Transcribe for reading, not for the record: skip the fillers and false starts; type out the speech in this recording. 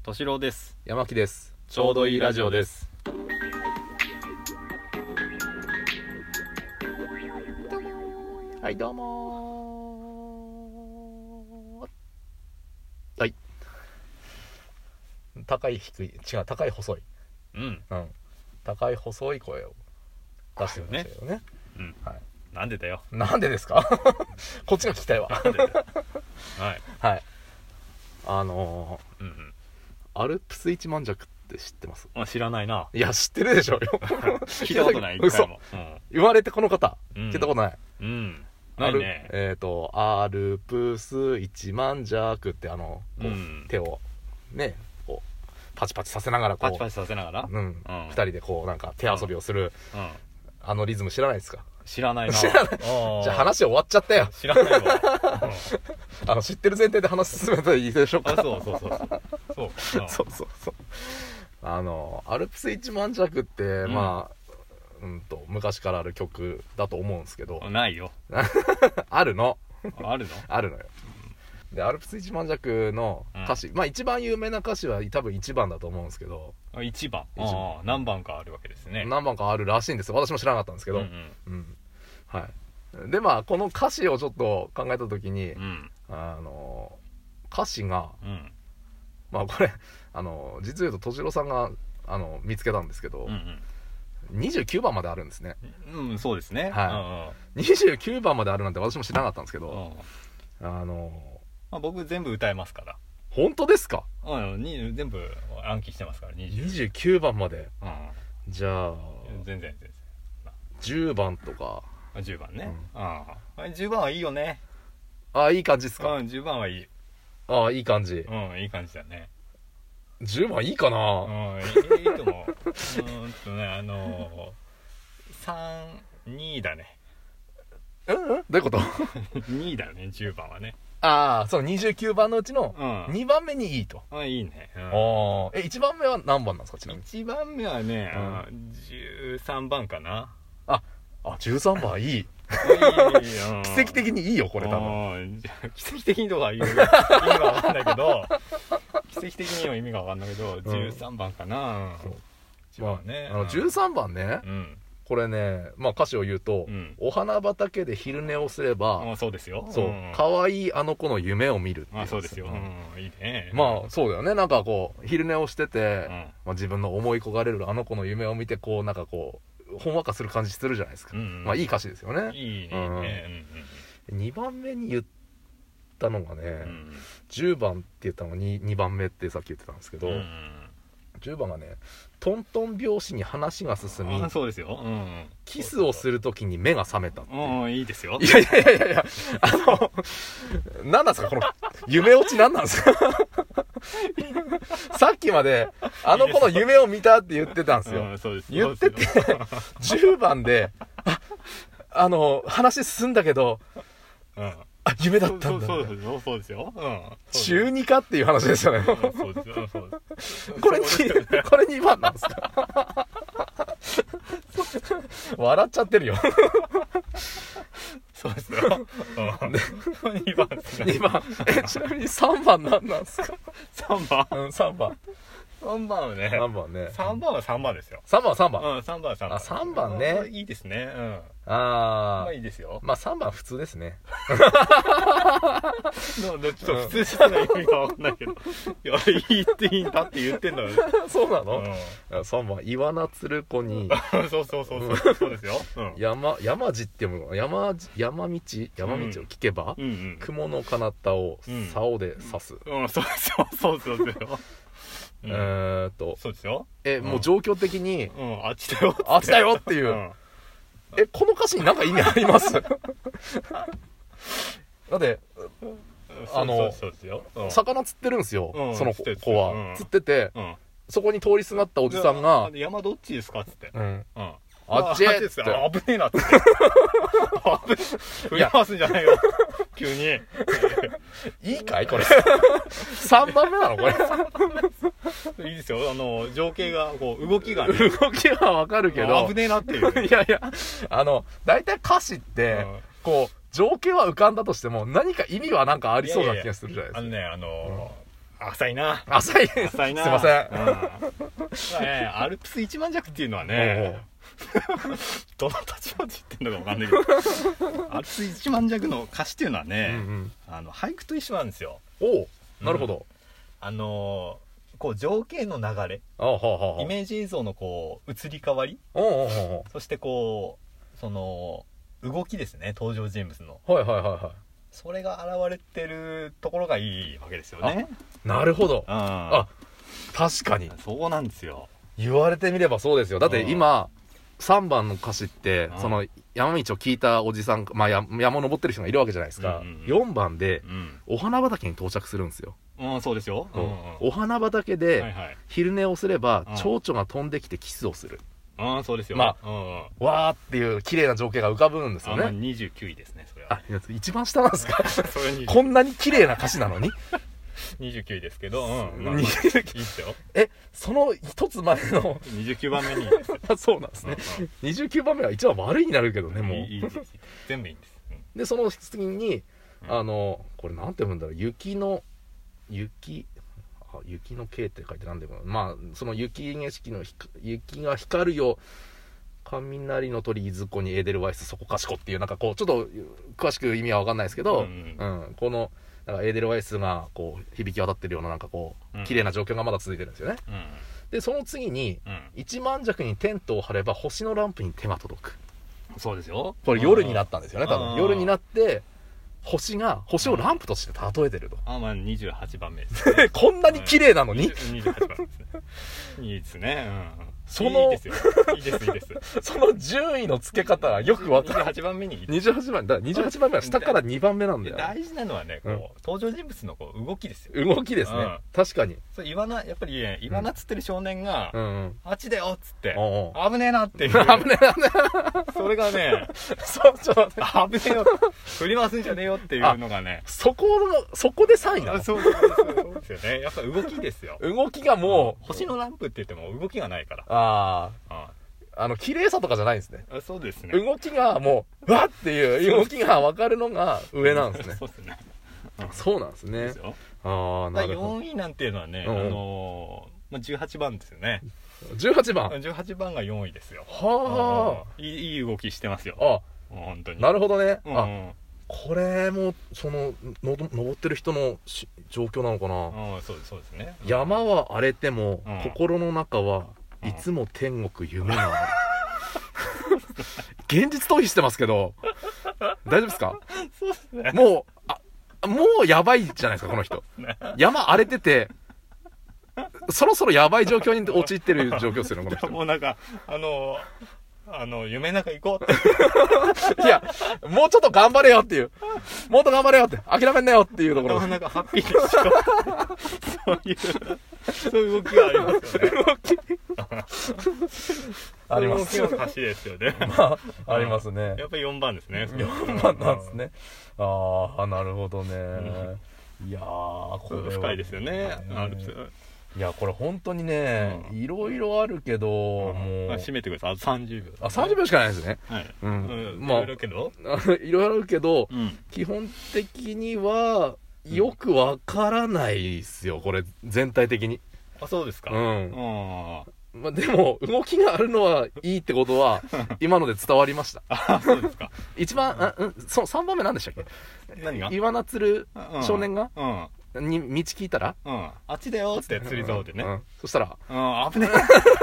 敏郎です。 山木です。 ちょうどいいラジオです。 はい、どうもはい。高い低い違う、高い細い、高い細い声を出してるんですよね。 はい。なんでだよ。 なんでですかこっちが聞きたいわ。 なんでだよ。はい。 アルプス一万尺って知ってます？ 知らないな。 いや、知ってるでしょうよ。 聞いたことない。一回も。 言われてこの方、聞いたことない。 ないね。 アルプス一万尺ってこう手をね、こうパチパチさせながら、 パチパチさせながら、 二人でこうなんか手遊びをする、あのリズム知らないですか？ 知らないな。 知らない。じゃあ話終わっちゃったよ。 知らないわ。 知ってる前提で話進めたらいいでしょうか。 そう。 アルプス一万尺って、昔からある曲だと思うんですけど。 ないよ。 あるの。 あるのよ。で、アルプス一万尺の歌詞、一番有名な歌詞は多分1番だと思うんですけど。 1番。何番かあるわけですね。 何番かあるらしいんですよ。私も知らなかったんですけど。はい。で、この歌詞をちょっと考えたときに、歌詞が、これ、実言うと、敏郎さんが、見つけたんですけど、29番まであるんですね。 そうですね。 はい。29番まであるなんて私も知らなかったんですけど、 僕全部歌えますから。 本当ですか？ 全部暗記してますから。 29番まで。じゃあ、 全然。 10番とか。 10番ね。10番はいいよね。 いい感じですか ？10番はいい。 いい感じ。 いい感じだね。 10番いいかな？ いいと思う。3、2だね。 どういうこと？ 2 だね、10番はね。 その29番のうちの2番目にいいと。 いいね。 1番目は何番なんですか？ちなみに。 1番目はね、13番かな。 13番いい。奇跡的にいいよ、これ多分。 奇跡的にとか言う意味がわかんないけど、奇跡的には意味がわかんないけど、13番かな。 13番ね。これね、歌詞を言うと、お花畑で昼寝をすれば、 そうですよ。 そう、可愛いあの子の夢を見るっていう。 そうですよ。いいね。 そうだよね。なんかこう、昼寝をしてて、自分の思い焦がれるあの子の夢を見て、こう、なんかこう、ほんわかする感じするじゃないですか。いい歌詞ですよね。 いいね。 2番目に言ったのがね、10番って言ったのが 2番目ってさっき言ってたんですけど、10番がね、トントン拍子に話が進み、 そうですよ。 キスをするときに目が覚めたっていう。 いいですよ。 いや、何なんですかこの夢落ち何なんですかさっきまであの子の夢を見たって言ってたんですよ。言ってて10番で話進んだけど、夢だったんだ。 そうですよ。 中2かっていう話ですよね。 そうですよ。 これ2番なんですか？笑っちゃってるよ。 そうですよ。2番ですね。 2番。ちなみに3番何なんですか ？3番 ？3番。 3番はね。 3番ね。 3番は3番ですよ。 3番は3番。 3番は3番。 3番ね。 いいですね。いいですよ。 3番普通ですね。 ちょっと普通じゃない意味がわかんないけど。いいっていいんだって言ってんだよ。 そうなの？3番、イワナツルコに。 そうですよ。 山路って読むの？山道を聞けば、雲の彼方を竿で刺す。 そうですよ。そうですよ。 もう状況的に、 あっちだよ。 あっちだよっていう。この歌詞に何か意味あります？だって魚釣ってるんですよ、その子は。釣ってて、そこに通りすがったおじさんが 「山どっちですか？」っつって「 あっちへ」って危ねえなっつって振り回すんじゃないよ急に。 いいかいこれ。3番目なのこれ。 いいですよ。情景がこう動きがわかるけど危ねえなっていう。 いや大体歌詞ってこう情景は浮かんだとしても何か意味はなんかありそうな気がするじゃないですか。 浅いな。 浅い浅いな。 すいません。 アルプス一万弱っていうのはね、どの立場で言ってんのか分かんないけど、アルプス一万弱の歌詞っていうのはね、俳句と一緒なんですよ。 おお、なるほど。 こう情景の流れ、イメージ映像のこう移り変わり、そしてこうその動きですね、登場人物の。それが現れてるところがいいわけですよね。 なるほど。確かにそうなんですよ。 言われてみればそうですよ。だって今3番の歌詞ってその山道を聞いたおじさん、まあ、山を登ってる人がいるわけじゃないですか。4番でお花畑に到着するんですよ。 そうですよ。 お花畑で昼寝をすれば蝶々が飛んできてキスをする。 そうですよ。 まあ、わーっていう綺麗な情景が浮かぶんですよね。 29位ですね、それは。 一番下なんですかこんなに綺麗な歌詞なのに 29位ですけど、いいですよ。 その一つ前の 29番目にいいですよ。 そうなんですね。29番目は一番悪いになるけどね、もう。 いいです。全部いいんです。 で、その次に、これなんて読むんだろう、雪の景って書いてなんでも、まあ、その雪景色の雪が光るよ、雷の鳥いずこにエーデルワイスそこかしこっていう、なんかこう、ちょっと詳しく意味は分かんないですけど、この、なんかエーデルワイスがこう響き渡ってるようななんかこう綺麗な状況がまだ続いてるんですよね。でその次に、一万弱にテントを張れば星のランプに手が届く。 そうですよ。 これ夜になったんですよね、多分。夜になって星をランプとして例えてると。 まあ28番目ですね。 こんなに綺麗なのに 28番ですね。いいですね。 いいですよ。いいです。 その順位の付け方がよく分かる。 28番目に 28番目は下から2番目なんだよ。 大事なのはね、登場人物の動きですよ。 動きですね。確かに。 やっぱりイワナっつってる少年が、あっちだよっつって、危ねえなっていう。 危ねえな。 それがね、危ねえよ、振り回すんじゃねえよっていうのがね。 そこで3位なの。 そうですよね。やっぱ動きですよ。 動きがもう、 星のランプって言っても動きがないから。 綺麗さとかじゃないんですね。 そうですね。 動きがもうわっていう動きが分かるのが上なんですね。 そうですね。 そうなんですね。 なるほど。4位なんていうのはね、18番ですよね。 18番が4位ですよ。いい動きしてますよ。本当に。 なるほどね。これも登ってる人の状況なのかな。 そうですね。 山は荒れても心の中はいつも天国夢がある。現実逃避してますけど大丈夫ですか。 そうですね。 もうやばいじゃないですかこの人。山荒れててそろそろやばい状況に陥ってる状況ですよねこの人。 もうなんか夢の中行こうって。 いや、もうちょっと頑張れよっていう。もっと頑張れよって。諦めんなよっていうところ。 なんかハッピーでしょ。そういう動きがありますよね。 あります。 動きの歌詞ですよね。 まあ、ありますね。 やっぱり4番ですね。 4番なんですね。なるほどね。いやー、これ深いですよね。 いやこれ本当にね、いろいろあるけど、もう締めてください。あと30秒。 30秒しかないですね。 まあいろいろあるけどいろいろあるけど、基本的にはよくわからないですよこれ全体的に。 そうですか。 まあでも動きがあるのはいいってことは今ので伝わりました。 そうですか。 一番3番目何でしたっけ。 何が。 岩名釣る少年がに道聞いたら、 あっちだよって釣り竿でね。 そしたら危ねえ